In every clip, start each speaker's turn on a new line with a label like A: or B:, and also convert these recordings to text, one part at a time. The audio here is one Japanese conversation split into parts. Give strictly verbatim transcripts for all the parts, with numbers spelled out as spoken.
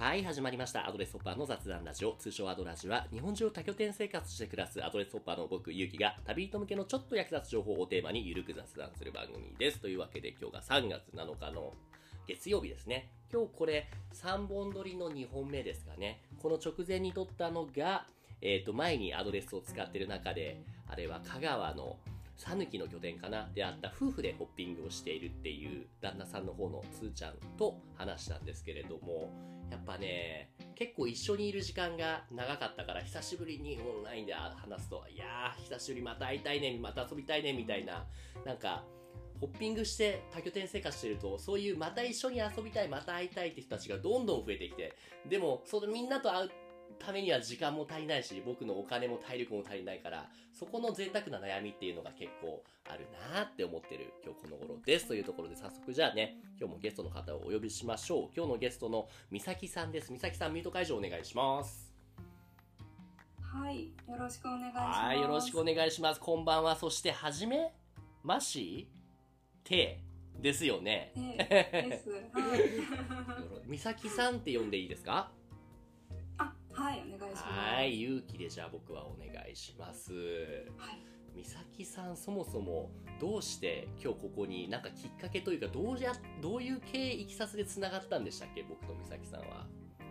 A: はい、始まりました。アドレスホッパーの雑談ラジオ、通称アドラジは、日本中を多拠点生活して暮らすアドレスホッパーの僕、ゆうきが、旅人向けのちょっと役立つ情報をテーマにゆるく雑談する番組です。というわけで、今日がさんがつなのかの月曜日ですね。今日これ、さんぼん撮りのにほんめですかね。この直前に撮ったのが、えっと、前にアドレスを使ってる中で、あれは香川の讃岐の拠点かなであった夫婦でホッピングをしているっていう旦那さんの方のつーちゃんと話したんですけれども、やっぱね、結構一緒にいる時間が長かったから久しぶりにオンラインで話すと、いやー久しぶりまた会いたいね、また遊びたいねみたいな、なんかホッピングして多拠点生活してると、そういうまた一緒に遊びたい、また会いたいって人たちがどんどん増えてきて、でもそのみんなと会うためには時間も足りないし、僕のお金も体力も足りないから、そこの贅沢な悩みっていうのが結構あるなーって思ってる今日この頃ですというところで、早速じゃあね、今日もゲストの方をお呼びしましょう。今日のゲストのみさきさんです。みさきさん、ミュート解除お願いします。
B: はい、よろしくお願いします。
A: はい、よろしくお願いします。こんばんは。そしてはじめましてですよね。
B: ええです。はい。
A: みさきさんって呼んでいいですか？
B: はい、お願いします。
A: はい、勇気でじゃあ僕はお願いします。
B: はい。
A: みさきさん、そもそもどうして今日ここに、なんかきっかけというか、どうやどういう経緯いきさつでつながったんでしたっけ、僕とみさきさんは。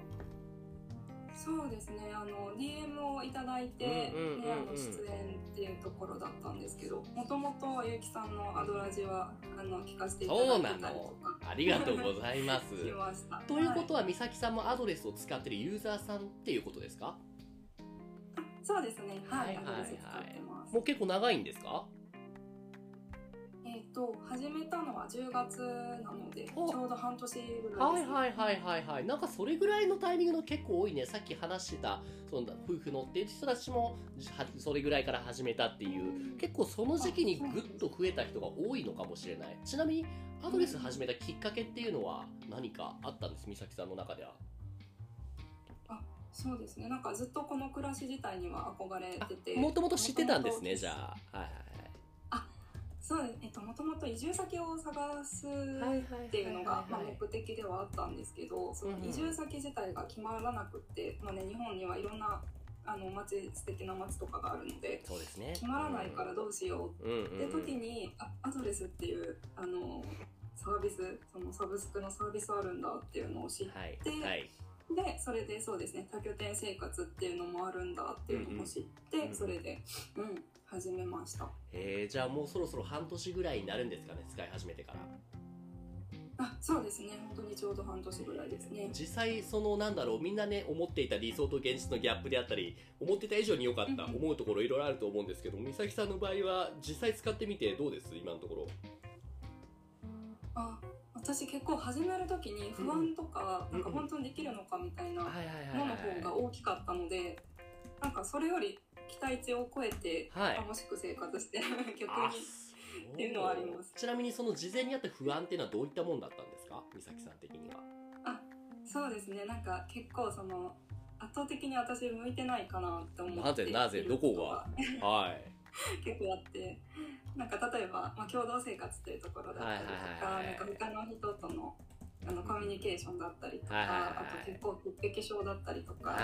B: そうですね、あの ディーエム をいただいて、ね、あの出演っていうところだったんですけど、もともとゆうきさんのアドラジはあの聞かせていただいてたりとか。
A: そうなの、ありがとうございます
B: しました。
A: ということは、みさきさんもアドレスを使ってるユーザーさんっていうことですか？
B: そうですね、はい、
A: はいはいはい、
B: アドレス使ってます。
A: もう結構長いんですか？
B: えっと、始めたのはじゅうがつなので、ちょうど半年ぐらいです、ね。
A: はいはいはいはいはい。なんかそれぐらいのタイミングの結構多いね。さっき話してた、その夫婦のっていう人たちも、それぐらいから始めたっていう、結構その時期にぐっと増えた人が多いのかもしれない。ちなみに、アドレス始めたきっかけっていうのは何かあったんです、みさきさんの中では。
B: あ、そうですね。なんかずっとこの暮らし自体には憧れてて。
A: もともと知ってたんですね、じゃあ。はいはいはい。
B: あ、そうです。えっと、もともと移住先を探すっていうのがまあ目的ではあったんですけど、その移住先自体が決まらなくって、まあね、日本にはいろんなあの街、素敵な街とかがあるので、
A: そうですね、
B: 決まらないからどうしようって時に、あ、アドレスっていうあのサービス、そのサブスクのサービスあるんだっていうのを知って、はいはい、でそれでそうですね、多拠点生活っていうのもあるんだっていうのも知って、うんうん、それで、うん、始めました。
A: えー、じゃあもうそろそろ半年ぐらいになるんですかね、使い始めてから。
B: あ、そうですね、本当にちょうど半年ぐらいですね。
A: 実際そのなんだろう、みんなね思っていた理想と現実のギャップであったり、思ってた以上に良かった、うん、思うところいろいろあると思うんですけど、みさきさんの場合は実際使ってみてどうです、今のところ。
B: あ、私結構始める時に不安とか、うん、なんか本当にできるのかみたいなのの方が大きかったので、なんかそれより期待値を超えて楽しく生活してる、はい、逆にっていうのはあります。
A: ちなみにその事前にあった不安っていうのはどういったもんだったんですか、みさきさん的には。
B: あ、そうですね、なんか結構その圧倒的に私向いてないかなって思っている。
A: なぜなぜどこがはい
B: 結構あって、なんか例えば、まあ、共同生活っていうところだったりとか、なんか他の人とのあのコミュニケーションだったりとか、あと結構潔癖症だったりとか、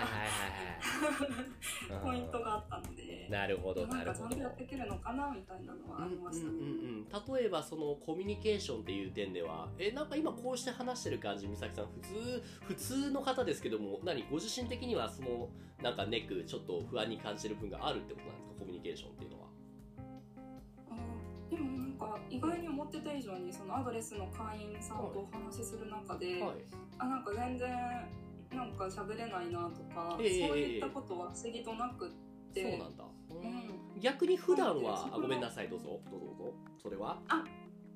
B: ポイントがあったので、
A: なるほど
B: なるほど、なんかちゃんとやっていけるのかなみたいなのはありましたね。うんうん
A: うん、例えばそのコミュニケーションっていう点では、え、なんか今こうして話してる感じ、みさきさん普通普通の方ですけども、何ご自身的にはそのなんかネックちょっと不安に感じる部分があるってことなんですか、コミュニケーションっていうのは。
B: でもなんか意外に思ってた以上にそのアドレスの会員さんとお話しする中で、はい、あ、なんか全然なんか喋れないなとか、えー、そういったことは不思議となくって。
A: そうなんだ、うん、逆に普段はあ、ごめんなさい、どうぞどうぞどうぞ。それは
B: あ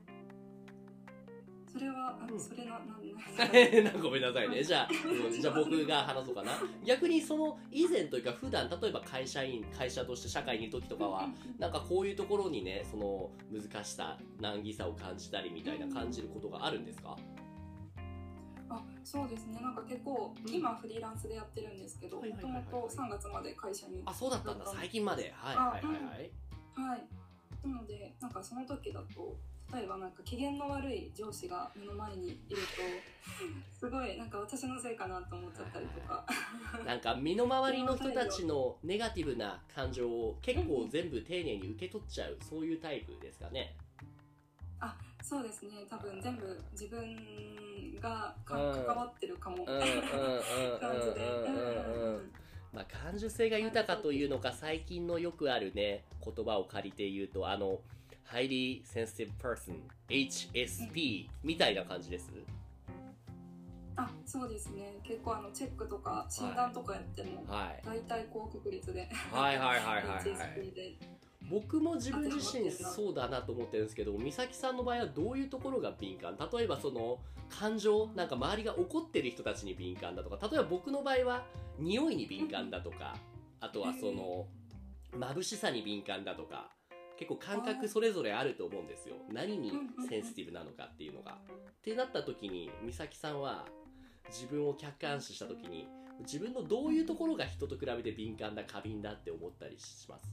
B: それは、うん、それな、なん
A: ごめんなさいね。じゃあ、じゃあ僕が話そうかな。逆にその以前というか普段、例えば会社員、会社として社会にいる時とかは、なんかこういうところにね、その難しさ、難儀さを感じたりみたいな感じることがあるんですか？
B: あ、そうですね、なんか結構、うん、今フリーランスでやってるんですけど、もともとさんがつまで会社に。
A: あ、そうだったんだ、最近まで。はいはいはいはい。
B: はい。なので、なんかその時だと、 例えばなんか機嫌の悪い上司が目の前にいるとすごいなんか私のせいかなと思っちゃったりとか
A: なんか身の回りの人たちのネガティブな感情を結構全部丁寧に受け取っちゃう、そういうタイプですかね。
B: あ、そうですね、多分全部自分が関わってるかもみたいな感じで、
A: まあ感受性が豊かというのか、最近のよくあるね言葉を借りて言うと、あのHighly Sensitive Person エイチエスピー みたいな感じです。
B: あ、そうですね、結構あのチェックとか診断とかやっても、はい、大体高確率で
A: はいはいはいはい、はい、エイチエスピー で僕も自分自身そうだなと思ってるんですけど、美咲さんの場合はどういうところが敏感？例えばその感情、なんか周りが怒ってる人たちに敏感だとか、例えば僕の場合は匂いに敏感だとか、あとはその眩しさに敏感だとか、結構感覚それぞれあると思うんですよ。何にセンシティブなのかっていうのが。ってなった時に美咲さんは自分を客観視した時に自分のどういうところが人と比べて敏感だ、過敏だって思ったりします？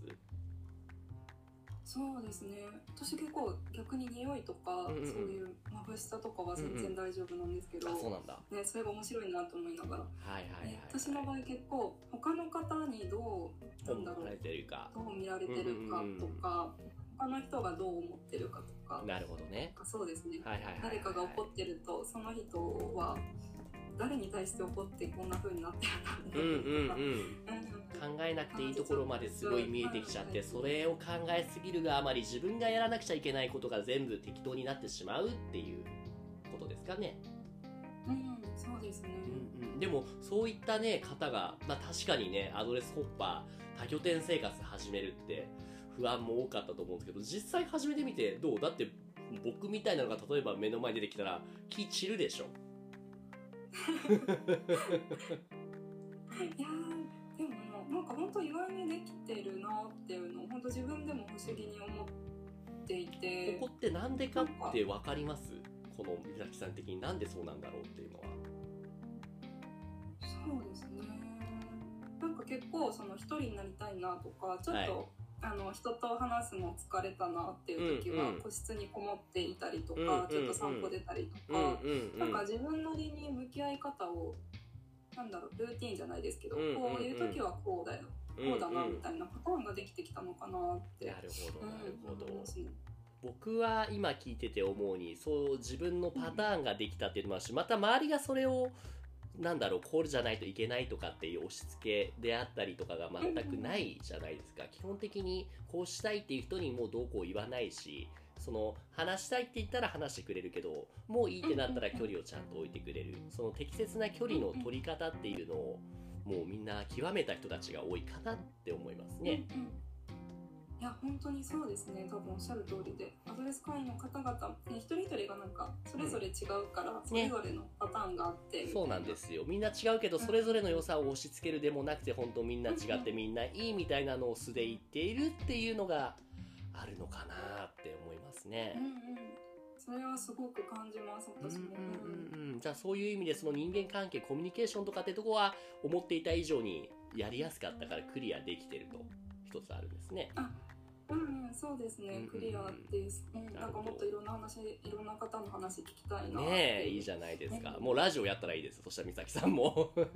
B: そうですね、私結構逆に匂いとか、うんうん、そういう眩しさとかは全然大丈夫なんですけど、うんうん、
A: あ、そうなんだ、
B: ね、それが面白いなと思いながら、
A: はいはいはいはい、
B: 私の場合結構他の方にどうなんだろう、
A: どう見られてるか、
B: どう見られてるかとか、他の人がどう思ってるかとか、
A: なるほどね、
B: そうですね、
A: はいはいはいはい、
B: 誰かが怒ってるとその人は誰に対して怒ってこんな風になってるんだろうとか、
A: 考えなくていいところまですごい見えてきちゃって、それを考えすぎるがあまり自分がやらなくちゃいけないことが全部適当になってしまうっていうことですかね。
B: うん、そうですね、
A: うんうん、でもそういったね方が、まあ、確かにねアドレスホッパー多拠点生活始めるって不安も多かったと思うんですけど、実際始めてみてどう？だって僕みたいなのが例えば目の前に出てきたら気散るでしょ
B: いやでもなんか本当意外にできてるなっていうのを本当自分でも不思議に思っていて、
A: ここってなんでかって分かります？この美咲さん的になんでそうなんだろうっていうのは。
B: そうですね、なんか結構その一人になりたいなとか、ちょっと、はい、あの人と話すの疲れたなっていう時は個室にこもっていたりとか、うんうん、ちょっと散歩出たりとか、うんうんうん、なんか自分なりに向き合い方をなんだろう、ルーティンじゃないですけど、うんうんうん、こういう時はこうだよ、こうだなみたいなパターンができてきたのかなって。
A: なるほどなるほど、うん、僕は今聞いてて思うに、そう自分のパターンができたっていうのもあるし、また周りがそれをなんだろう、これじゃないといけないとかっていう押し付けであったりとかが全くないじゃないですか。基本的にこうしたいっていう人にもうどうこう言わないし、その話したいって言ったら話してくれるけど、もういいってなったら距離をちゃんと置いてくれる、その適切な距離の取り方っていうのをもうみんな極めた人たちが多いかなって思いますね。
B: うんうん、いや本当にそうですね、多分おっしゃる通りで、アドレス会員の方々、ね、一人一人がなんかそれぞれ違うから、うん、それぞれのパターンがあって、ね、
A: そうなんですよ、みんな違うけどそれぞれの良さを押し付けるでもなくて、本当みんな違ってみんないいみたいなのを素で言っているっていうのがあるのかなって思いますね。
B: うんうん、それはすごく感じます、私も。
A: うんうんうん、じゃあそういう意味でその人間関係、コミュニケーションとかってとこは思っていた以上にやりやすかったからクリアできてると一つあるんですね。
B: あ、うんうん、そうですね、うんうん、クリアです、うん、なんかもっといろんな話、いろんな方の話聞きたいな
A: ねえ、いいじゃないですか、ね、もうラジオやったらいいです。そしたら美咲さんもね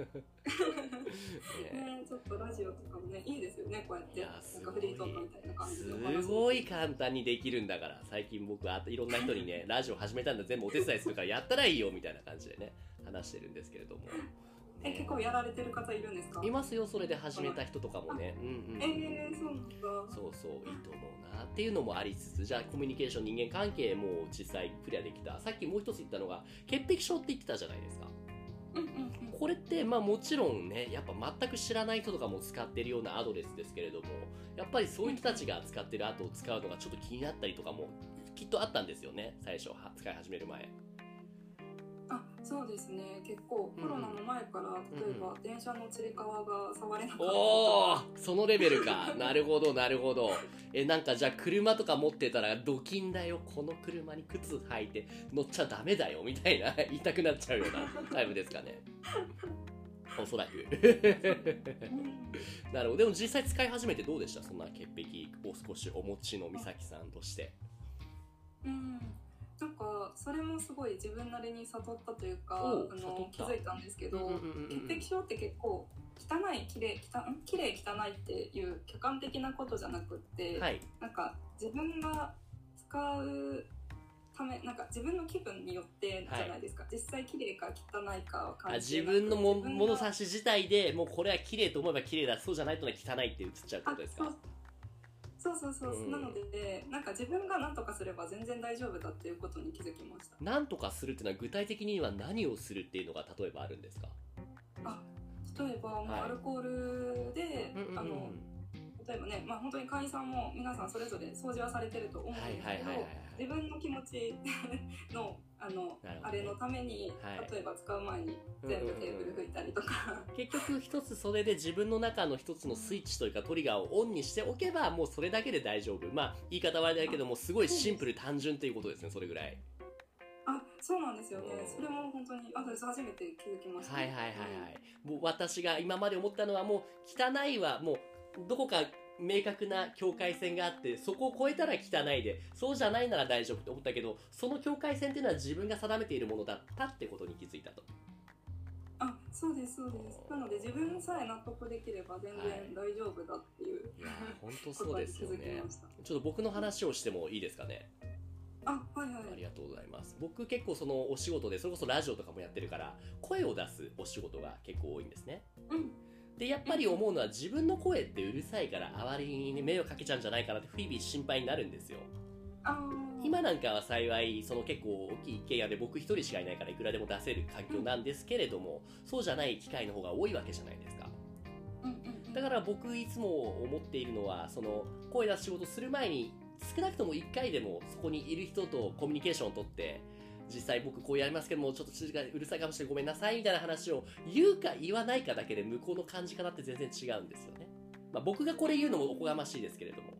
B: ね、ちょっとラジオとかもねいいですよね、こうやってなんかフリートークみたいな感じ
A: ですごい簡単にできるんだから。最近僕はいろんな人にねラジオ始めたんだ、全部お手伝いするからやったらいいよみたいな感じでね話してるんですけれども、
B: え、結構やられてる方いるんですか？
A: いますよ、それで始めた人とかもね。うんうん、
B: えー、そうなんだ。
A: そうそう、いいと思うなっていうのもありつつ、じゃあコミュニケーション、人間関係も実際クリアできた。さっきもう一つ言ったのが潔癖症って言ってたじゃないですか。
B: うんうんうん、
A: これってまあもちろんね、やっぱ全く知らない人とかも使ってるようなアドレスですけれども、やっぱりそういう人たちが使ってる後を使うのがちょっと気になったりとかもきっとあったんですよね、最初使い始める前。
B: あ、そうですね、結構コロナの前から、うん、例えば電車のつり革が触れなかったとか、
A: おー、そのレベルかなるほどなるほど。え、なんかじゃあ車とか持ってたらドキンだよ、この車に靴履いて乗っちゃダメだよみたいな言いたくなっちゃうようなタイプですかねおそらくなるほど。でも実際使い始めてどうでした？そんな潔癖を少しお持ちの美咲さんとして。
B: うん、なんかそれもすごい自分なりに悟ったというか、あの気づいたんですけど、潔癖症って結構汚い、きれい、きれい汚いっていう客観的なことじゃなくって、はい、なんか自分が使うため、なんか自分の気分によってじゃないですか、はい、実際綺麗か汚いかは感じ
A: なく、自分のも物差し自体でもうこれは綺麗と思えば綺麗だ、そうじゃないとね汚いって映っちゃうってことですか？
B: そうそうそうそう、うん、なのでなんか自分が何とかすれば全然大丈夫だっていうことに気づきました。
A: 何とかするっていうのは具体的には何をするっていうのが例えばあるんですか？
B: あ、例えば、はい、もうアルコールで、うんうんうん、あの例えばね、まあ、本当に会員さんも皆さんそれぞれ掃除はされてると思うんですけど、自分の気持ちのあの、あれのために、はい、例えば使う前に全部テーブル拭いたりとか、
A: うんうん、結局一つそれで自分の中の一つのスイッチというかトリガーをオンにしておけばもうそれだけで大丈夫。まあ言い方はあれだけどもすごいシンプル単純ということですね。それぐらい。
B: あ、そうなんですよね。それも本当にあ、初めて気づきました、ね。
A: はいはいはいはい。もう私が今まで思ったのはもう汚いはもうどこか明確な境界線があってそこを越えたら汚いでそうじゃないなら大丈夫って思ったけど、その境界線っていうのは自分が定めているものだったってことに気づいたと。
B: あ、そうですそうです。なので自分さえ納得できれば全然大丈夫だっていう、はい、いや
A: 本当そうですよね。ちょっと僕の話をしてもいいですかね？
B: あ、はいはい。
A: ありがとうございます。僕結構そのお仕事でそれこそラジオとかもやってるから声を出すお仕事が結構多いんですね。
B: うん。
A: でやっぱり思うのは自分の声ってうるさいからあまりに迷惑かけちゃうんじゃないかなって日々心配になるんですよ。今なんかは幸いその結構大きい一軒家で僕一人しかいないからいくらでも出せる環境なんですけれども、そうじゃない機会の方が多いわけじゃないですか。だから僕いつも思っているのはその声出す仕事する前に少なくともいっかいでもそこにいる人とコミュニケーションを取って実際僕こうやりますけどもちょっと静かうるさいかもしれないごめんなさいみたいな話を言うか言わないかだけで向こうの感じ方って全然違うんですよね。まあ、僕がこれ言うのもおこがましいですけれども。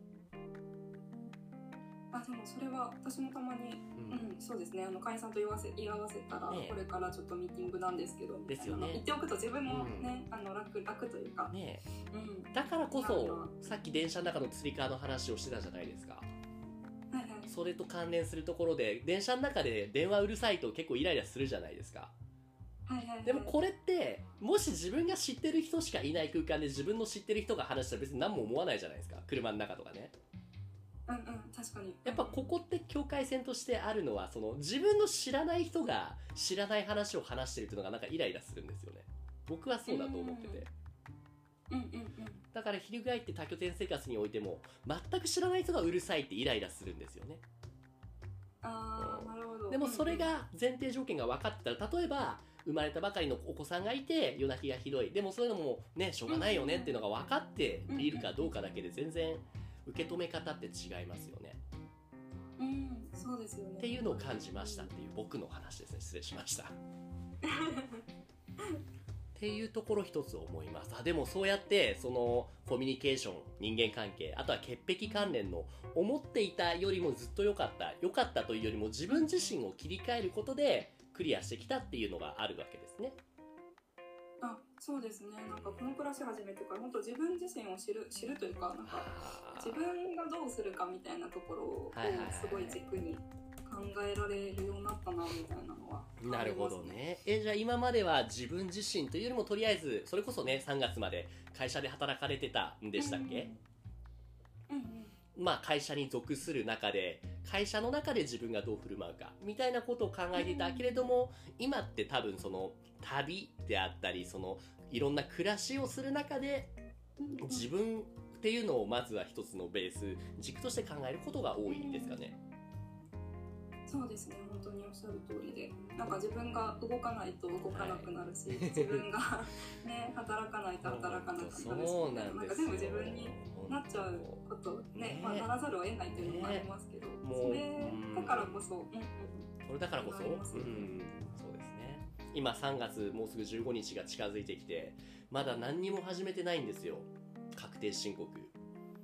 B: あ、でもそれは私もたまに、うんうん、そうですね、あの会員さんと言わせ言い合わせたら、ね、これからちょっとミーティングなんですけど
A: ですよね、
B: 言っておくと自分もね、うん、あの 楽, 楽というか、
A: ねうん、だからこそさっき電車の中のつり革の話をしてたじゃないですか。それと関連するところで電車の中で電話うるさいと結構イライラするじゃないですか。
B: はいはいはい、
A: でもこれってもし自分が知ってる人しかいない空間で自分の知ってる人が話したら別に何も思わないじゃないですか、車の中とかね。
B: うんうん、確かに。
A: やっぱここって境界線としてあるのはその自分の知らない人が知らない話を話してるっていうのがなんかイライラするんですよね。僕はそうだと思ってて、
B: うんうんうん、
A: だから翻って多拠点生活においても全く知らない人がうるさいってイライラするんですよね。
B: あー、なるほど。
A: でもそれが前提条件が分かってたら、例えば生まれたばかりのお子さんがいて夜泣きがひどい、でもそういうのもねしょうがないよねっていうのが分かっているかどうかだけで全然受け止め方って違いますよね。
B: うん、そうですよね。
A: っていうのを感じましたっていう僕の話ですね。失礼しましたっていうところ一つ思います。あ、でもそうやってそのコミュニケーション、人間関係、あとは潔癖関連の思っていたよりもずっと良かった良かったというよりも自分自身を切り替えることでクリアしてきたっていうのがあるわけですね。
B: あ、そうですね。なんかこの暮らし始めてから本当自分自身を知る知るというか、なんか自分がどうするかみたいなところをすごい軸に考えられるようになったなみたいなのは、ね、
A: なるほどね。えじゃあ今までは自分自身というよりもとりあえずそれこそねさんがつまで会社で働かれてたんでしたっけ？
B: うんうん、
A: まあ会社に属する中で会社の中で自分がどう振る舞うかみたいなことを考えていたけれども、今って多分その旅であったりそのいろんな暮らしをする中で自分っていうのをまずは一つのベース軸として考えることが多いんですかね。
B: そうですね、本当におっしゃる通りで、なんか自分が動かないと動かなくなるし、はい、自分が、ね、働かないと働かなくなるし、
A: そうなんですよ。
B: なんか全部自分になっちゃうことね、ね、まあ、ならざるを得ないというのもありますけど、ね、それだからこそ、うん、
A: それだからこそ、うん、そうですね。今さんがつもうすぐじゅうごにちが近づいてきてまだ何にも始めてないんですよ、確定申告。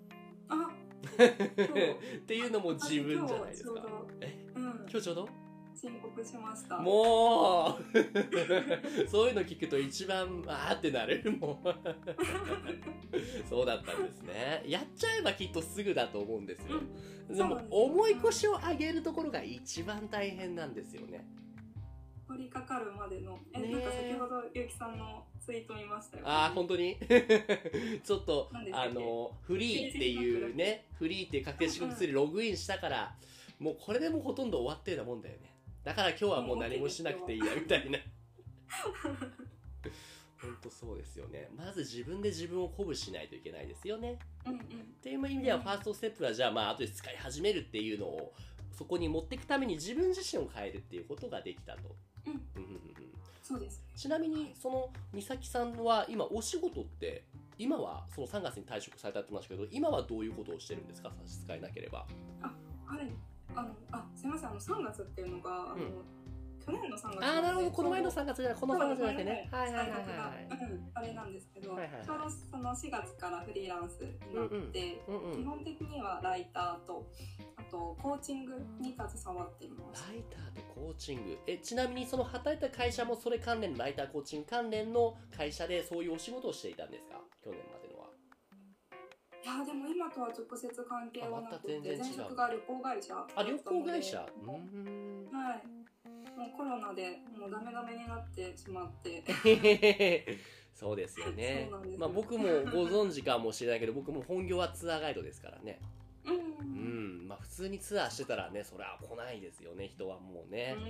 B: あ
A: っていうのも自分じゃないですか。え、うん、今日ちょうど
B: 申告しました。
A: もうそういうの聞くと一番あーってなる。もうそうだったんですね。やっちゃえばきっとすぐだと思うんですよ、うん、でも重い腰を上げるところが一番大変なんですよね。
B: 取り掛かるまでのえ、ね、なんか先ほどゆうきさんのツイート見ましたよ。
A: ああ本当にちょっとあのフリーっていうね、フリーっていう確定申告ツールログインしたから、うん、もうこれでもうほとんど終わってるようなもんだよね。だから今日はもう何もしなくていいやみたいな本当そうですよね。まず自分で自分を鼓舞しないといけないですよね、うんうん、っていう意味ではファーストステップはじゃあまあ後で使い始めるっていうのをそこに持っていくために自分自身を変えるっていうことができたと、うんうんうんうん、
B: そうです。
A: ちなみにその美咲さんは今お仕事って今はそのさんがつに退職されたって言ってましたけど、今はどういうことをしてるんですか、差し支えなければ。
B: あ、はいあのあすみません、あのさんがつっていうのが、うん、あの去年のさんがつ
A: あーなるほど、この前のさんがつじゃない、このさんがつじゃなくてね、
B: はいはいはいはい、あれなんですけど、はいはいはい、ちょうどそのしがつからフリーランスになって、うんうんうんうん、基本的にはライターとあとコーチングに携わっています。
A: ライターとコーチング、えちなみにその働いた会社もそれ関連のライターコーチング関連の会社でそういうお仕事をしていたんですか、去年までのは。
B: いやでも今とは直接関係はなくて、前職が旅行会社だったので。あ、旅行会社、うん、はい、もうコロナでもうダメダメになってしまって
A: そうですよね。まあ僕もご存知かもしれないけど僕も本業はツアーガイドですからね。うん、うん、まあ普通にツアーしてたらねそれは来ないですよね、人はもうね、うん、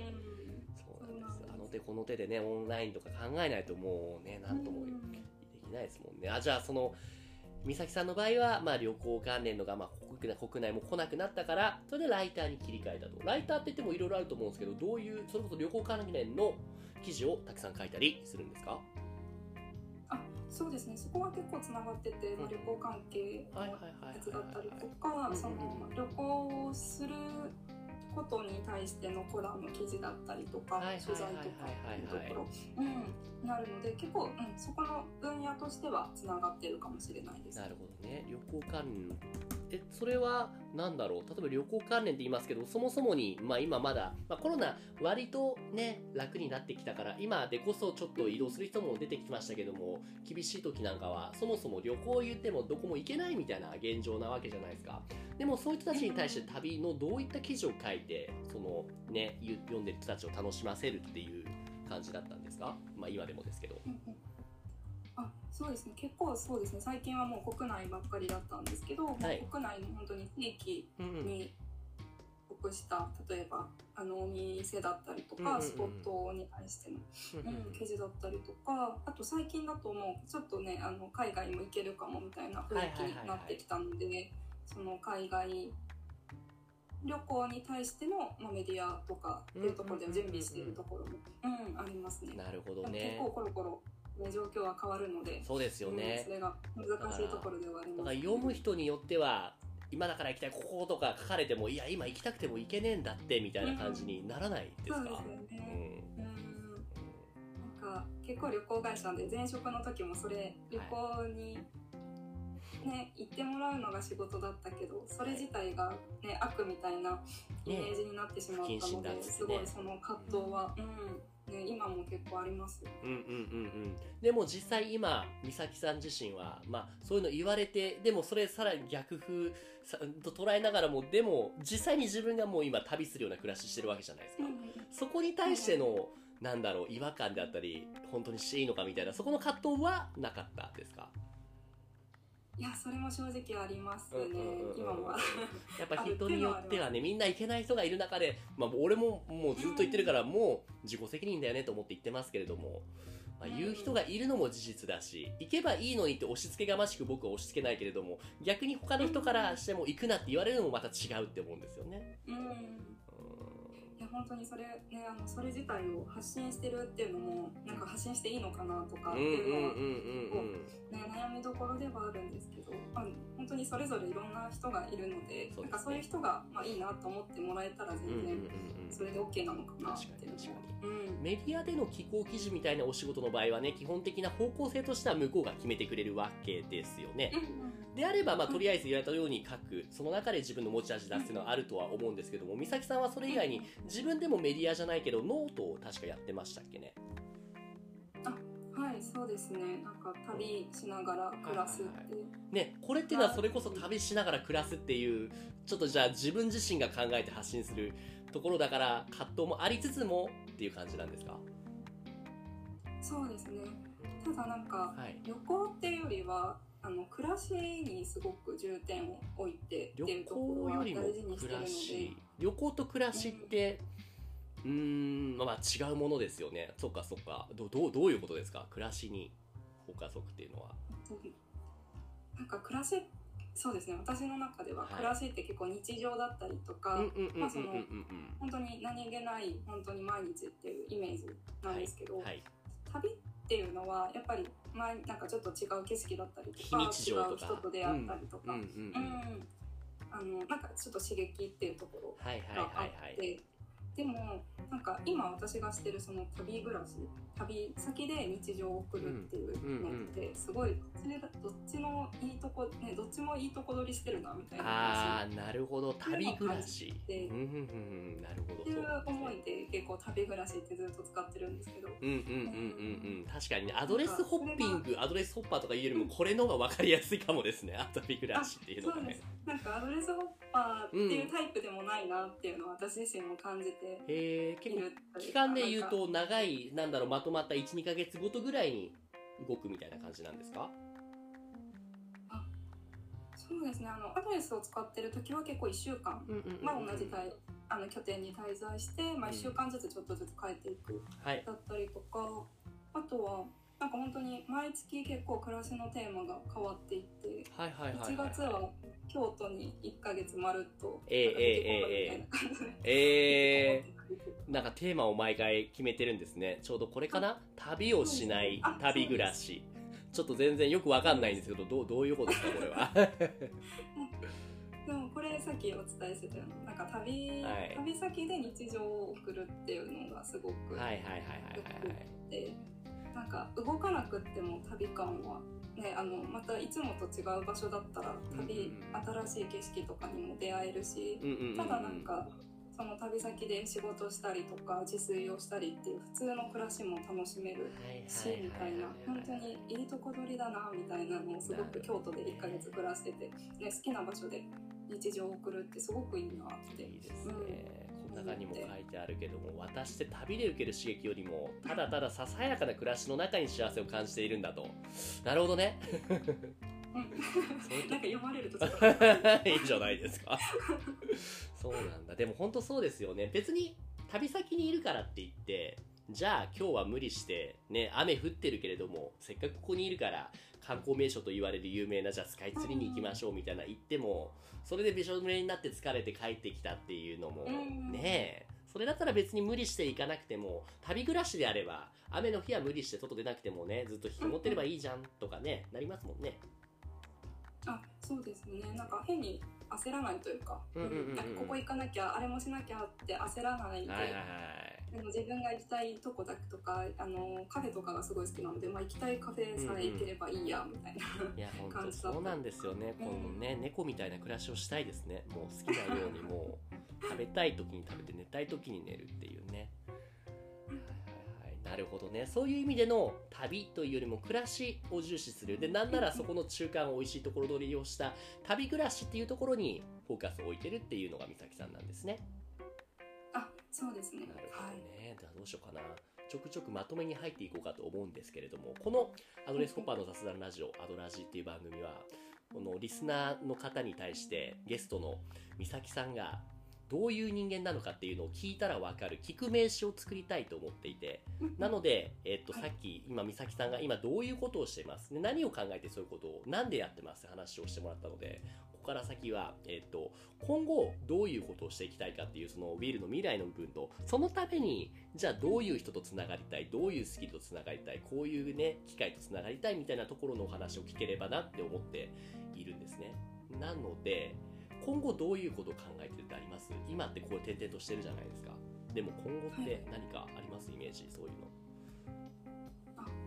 A: そうなんです。あの手この手でねオンラインとか考えないともうね何ともできないですもんね。あ、じゃあその美咲さんの場合は、まあ、旅行関連のが、まあ、国内、国内も来なくなったからそれでライターに切り替えたと。ライターって言ってもいろいろあると思うんですけど、どういうそれこそ旅行関連の記事をたくさん書いたりするんですか？
B: あ、そうですね、そこは結構つながってて、うん、旅行関係のやつだったりとか、その旅行をすることに対してのコラム記事だったりとか取材とかっていうところになるので、結構、うん、そこの分野としてはつながってるかもしれないです。
A: なるほどね。旅行関連、えそれは何だろう、例えば旅行関連って言いますけど、そもそもに、まあ、今まだ、まあ、コロナ割とね楽になってきたから今でこそちょっと移動する人も出てきましたけども、厳しい時なんかはそもそも旅行言ってもどこも行けないみたいな現状なわけじゃないですか。でもそういう人たちに対して旅のどういった記事を書いてそのね読んでる人たちを楽しませるっていう感じだったんですか？まあ今でもですけど。
B: あ、そうですね、結構そうですね、最近はもう国内ばっかりだったんですけど、はい、国内の本当に地域に属した、うん、例えばあのお店だったりとか、うんうんうん、スポットに対しての、うんうん、記事だったりとか、あと最近だともうちょっとねあの海外も行けるかもみたいな雰囲気になってきたので、はいはいはいはい、その海外旅行に対しての、まあ、メディアとかっていうところで準備しているところも、うんうん、ありますね。
A: なるほどね。
B: 結構コロコロ状況は変わるので、
A: そうですよね、
B: うん、それが難しいところではあります、ね、
A: だから読む人によっては今だから行きたいこことか書かれてもいや今行きたくても行けねえんだってみたいな感じにならないですか？うん、そうですよね、うん、
B: うん、なんか結構旅行会社で前職の時もそれ旅行に、ね、行ってもらうのが仕事だったけどそれ自体が、ね、悪みたいなイメージになってしまったので、ね、すごいその葛藤は、うんね、今も結構あります。
A: うんうんうんうん。でも実際今美咲さん自身は、まあ、そういうの言われてでもそれさらに逆風と捉えながらもでも実際に自分がもう今旅するような暮らししてるわけじゃないですか、うん、そこに対しての、うん、なんだろう違和感であったり本当にしていいのかみたいなそこの葛藤はなかったですか？
B: いやそれも正直ありますね、うんうんうん、今は
A: やっぱ人によってはねみんな行けない人がいる中で、まあ、俺ももうずっと言ってるからもう自己責任だよねと思って言ってますけれども、まあ、言う人がいるのも事実だし行けばいいのにって押し付けがましく僕は押し付けないけれども逆に他の人からしても行くなって言われるのもまた違うって思うんですよね。うん、うん
B: いや本当にそれねあのそれ自体を発信してるっていうのもなんか発信していいのかなとかっていうのは悩みどころではあるんですけど、まあ、本当にそれぞれいろんな人がいるので、そうですね、なんかそういう人が、まあ、いいなと思ってもらえたら全然それで OK なのかなっていうのは、
A: うん、メディアでの寄稿記事みたいなお仕事の場合はね基本的な方向性としては向こうが決めてくれるわけですよね、うん、であれば、まあ、とりあえず言われたように書くその中で自分の持ち味出すっていうのはあるとは思うんですけども美咲さんはそれ以外に自分分でもメディアじゃないけどノートを確かやってましたっけね。
B: あ、はい、そうですね。なんか旅しながら暮らすって、はいはいはい、
A: ね、これっていうのはそれこそ旅しながら暮らすっていうちょっとじゃあ自分自身が考えて発信するところだから葛藤もありつつもっていう感じなんですか？
B: そうですね。ただなんか、はい、旅行っていうよりはあの暮らしにすごく重点を置いてっていうところは大事にしてるので、
A: 旅行と暮らしって、うん、うーん、まあ違うものですよね。そっかそっか。どどうどういうことですか？暮らしにフォーカス置くっていうのは。
B: なんか暮らし、そうですね。私の中では暮らしって結構日常だったりとか、まあその本当に何気ない本当に毎日っていうイメージなんですけど、はいはい、旅っていうのはやっぱり前なんかちょっと違う景色だったりとか、違う人と出会ったりとか、あのなんかちょっと刺激っていうところがあって、でもなんか今私がしてるその旅暮らし、旅先で日常を送るっていうのってすごい、それがどっちのいいとこね、どっちもいいとこ取りしてるなみたいな。
A: ああ、なるほど、旅暮らし。うんうんうん、なるほど。
B: っていう思いで結構旅暮らしってずっと使ってるんですけど。
A: うんうんうんうんうん。確かにね、アドレスホッピング、アドレスホッパーとかいうよりもこれの方が分かりやすいかもですね。旅暮らしっていうのがね。
B: そうです。なんかアドレスホッパーっていうタイプでもないなっていうのは私自身も感じて。
A: へえ、結構期間で言うと長い、なんだろう、まとまったいち、にかげつごとぐらいに動くみたいな感じなんですか？
B: あ、そうですね。あのアドレスを使ってる時は結構いっしゅうかん、まあ同じ対あの拠点に滞在して、まあ、いっしゅうかんずつちょっとずつ変えていく、はい、だったりとか、あとはなんか本当に毎月結構暮らしのテーマが変わっていって、いちがつは京都にいっかげつまるっと
A: えー、えー、えー、えー、なんかテーマを毎回決めてるんですね。ちょうどこれかな、旅をしない旅暮らし。ちょっと全然よくわかんないんですけど、どう、どういうことですかこれは。
B: でもこれさっきお伝えしてたような、なんか旅、はい、旅先で日常を送るっていうのがすごくよくて、なんか動かなくっても旅感はね、あのまたいつもと違う場所だったら旅、うんうん、新しい景色とかにも出会えるし、うんうんうんうん、ただなんかその旅先で仕事したりとか自炊をしたりっていう普通の暮らしも楽しめるし、みたいな、本当にいいとこ取りだなみたいなのをすごく京都でいっかげつ暮らしてて、ね、好きな場所で日常を送るってすごくいいなって。いいですね、
A: うん、この中にも書いてあるけども、私って旅で受ける刺激よりもただただささやかな暮らしの中に幸せを感じているんだと。なるほどね。
B: うん、なんか読まれるとちょっと
A: いいじゃないですか。そうなんだ。でも本当そうですよね。別に旅先にいるからって言ってじゃあ今日は無理してね、雨降ってるけれどもせっかくここにいるから観光名所と言われる有名なじゃあスカイツリーに行きましょうみたいな言っても、それでびしょ濡れになって疲れて帰ってきたっていうのもねえ、それだったら別に無理して行かなくても、旅暮らしであれば雨の日は無理して外出なくてもね、ずっと引き持ってればいいじゃんとかね、なりますもんね。
B: あ、そうですね。なんか変に焦らないというか、ここ行かなきゃあれもしなきゃって焦らないで、はいはいはい、でも自分が行きたいとこだけとか、あのカフェとかがすごい好きなので、まあ、行きたいカフェさえ行ければいいや、みたいな、うんうん、いや本当そうなんですよね。このね、猫みたいな暮らしをしたいですね。もう好きなようにもう食べたい時に食べて寝たい時に寝るっていうね。なるほどね。そういう意味での旅というよりも暮らしを重視する。で、なんならそこの中間を美味しいところ取りをした旅暮らしっていうところにフォーカスを置いてるっていうのが美咲さんなんですね。あ、そうですね。なるほどね。はい、じゃあどうしようかな。ちょくちょくまとめに入っていこうかと思うんですけれども、このアドレスホッパーの雑談ラジオ、アドラジっていう番組は、このリスナーの方に対してゲストの美咲さんがどういう人間なのかっていうのを聞いたら分かる聞く名詞を作りたいと思っていて、なので、えっと、さっき今美咲さんが今どういうことをしています、何を考えてそういうことをなんでやってますって話をしてもらったので、ここから先は、えっと、今後どういうことをしていきたいかっていうそのウィルの未来の部分と、そのためにじゃあどういう人とつながりたい、どういうスキルとつながりたい、こういうね機会とつながりたいみたいなところのお話を聞ければなって思っているんですね。なので今後どういうことを考えてるってあります？今ってこう転々としてるじゃないですか。でも今後って何かあります？イメージ、そういうの。あ、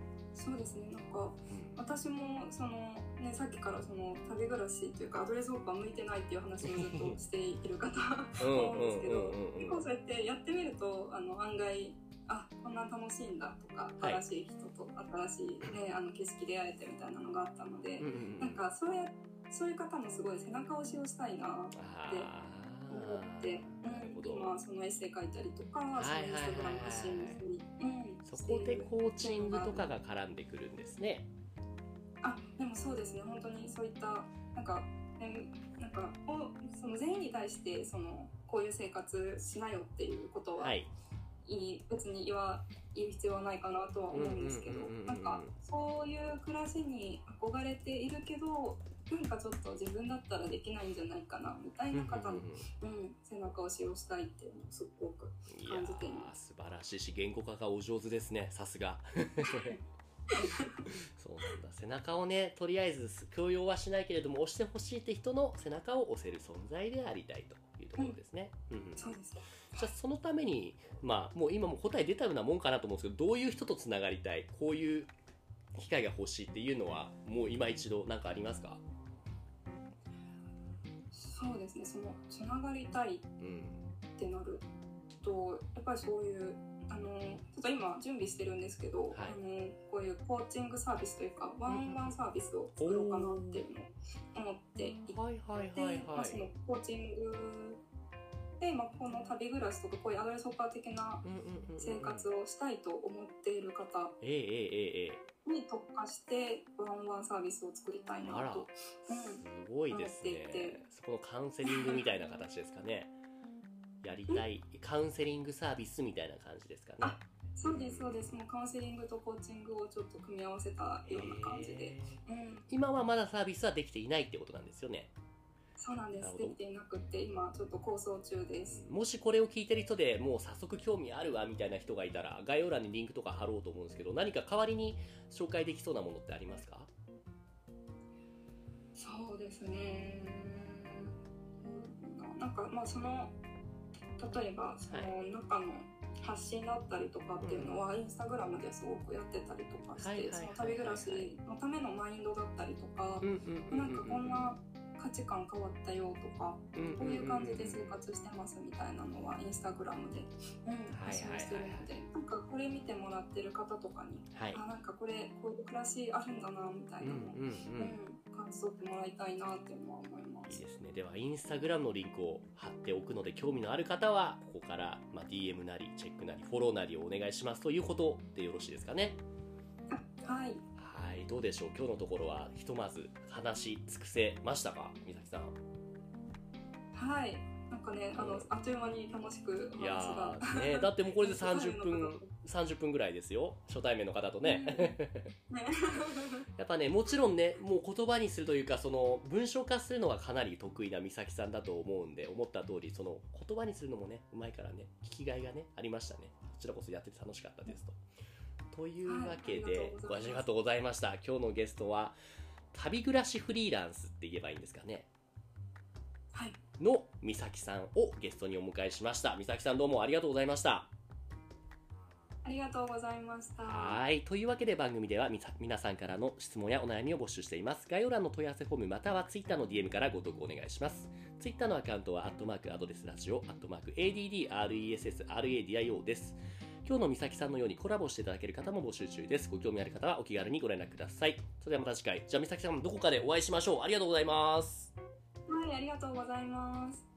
B: そうですね、なんか私もその、ね、さっきからその旅暮らしというかアドレスホッパー向いてないっていう話をずっとしているかと思うんですけど、結構そうやってやってみるとあの案外あこんな楽しいんだとか、はい、新しい人と新しい、ね、あの景色出会えてみたいなのがあったので、うんうん、なんかそうやそういう方もすごい背中押しをしたいなって思って、うん、今そのエッセイ書いたりとか、はい、そのインスタグラム発信したり、うん、
A: そこでコーチングとかが絡んでくるんですね。
B: あ、でもそうですね、本当にそういったなんか、ね、なんかその全員に対してそのこういう生活しなよっていうことは、はい、いい別に言わ言う必要はないかなとは思うんですけど、なんかそういう暮らしに憧れているけどなんかちょっと自分だったらできないんじゃないかなみたいな方の、うん、背中押しをしたいっていうのをすごく感じています。
A: いやー素晴らしいし言語化がお上手ですね、さすがそうなんだ、背中をねとりあえず強要はしないけれども押してほしいって人の背中を押せる存在でありたいというところですね。うんうんうん、
B: そうです。
A: じゃあそのためにまあもう今も答え出たようなもんかなと思うんですけど、どういう人とつながりたい、こういう機会が欲しいっていうのはもう今一度何かありますか？
B: そうですね、そのつながりたいってなると、うん、やっぱりそういうあのちょっと今準備してるんですけど、はい、あのこういうコーチングサービスというかワンオンワンサービスを作ろうかなっていうのを思っていて、
A: はいはいはいはい、
B: まあ、そのコーチングで、まあ、この旅暮らしとかこういうアドレスホッパー的な生活をしたいと思っている方に特化してワンオンワンサービスを作りたいなと、
A: うん、すごいですね。そこのカウンセリングみたいな形ですかね。やりたいカウンセリングサービスみたいな感じですかね。
B: あ、そうですそうです。もうカウンセリングとコーチングをちょっと組み合わせたような感じで、うん、
A: 今はまだサービスはできていないってことなんですよね。
B: そうなんです。できていなくて今ちょっと構想中です。
A: もしこれを聞いてる人でもう早速興味あるわみたいな人がいたら概要欄にリンクとか貼ろうと思うんですけど、何か代わりに紹介できそうなものってありますか？
B: そうですね、なんかまあその例えばその中の発信だったりとかっていうのはインスタグラムですごくやってたりとかして、その旅暮らしのためのマインドだったりとか、なんかこんな価値観変わったよとか、こういう感じで生活してますみたいなのはインスタグラムで、うん、発信してるので、なんかこれ見てもらってる方とかに、はい、あ、なんかこれこういう暮らしあるんだなみたいなのを、うんうんうん、感じ取ってもらいたいなっていうのは思います。
A: いいですね。ではインスタグラムのリンクを貼っておくので、興味のある方はここから、まあ、ディーエム なりチェックなりフォローなりをお願いしますということでよろしいですかね。
B: はい、
A: はい、どうでしょう、今日のところはひとまず話し尽くせましたか、美咲さん。
B: はい、なんかね、あの、うん、あっという間に楽しくお話が、
A: いや、ね、だってもうこれでさんじゅっぷんさんじゅっぷんぐらいですよ、初対面の方とね、うん、ねやっぱね、もちろんね、もう言葉にするというかその文章化するのがかなり得意な美咲さんだと思うんで、思った通りその言葉にするのもねうまいからね、聞きがいがねありましたね。こちらこそやってて楽しかったですと。というわけで、はい、ごありがとうございました。今日のゲストは旅暮らしフリーランスって言えばいいんですかね、
B: はい、
A: の美咲さんをゲストにお迎えしました。美咲さん、どうもありがとうございました。
B: ありがとうございました。
A: はい。というわけで番組では皆さんからの質問やお悩みを募集しています。概要欄の問い合わせフォームまたは Twitter の ディーエム からご投稿お願いします。Twitter のアカウントはアットマークアドレスラジオアットマーク エーディーディーアールイーエスエスアールエーディーアイオー です。今日の美咲さんのようにコラボしていただける方も募集中です。ご興味ある方はお気軽にご連絡ください。それではまた次回。じゃあ美咲さん、どこかでお会いしましょう。ありがとうございます。
B: はい、ありがとうございます。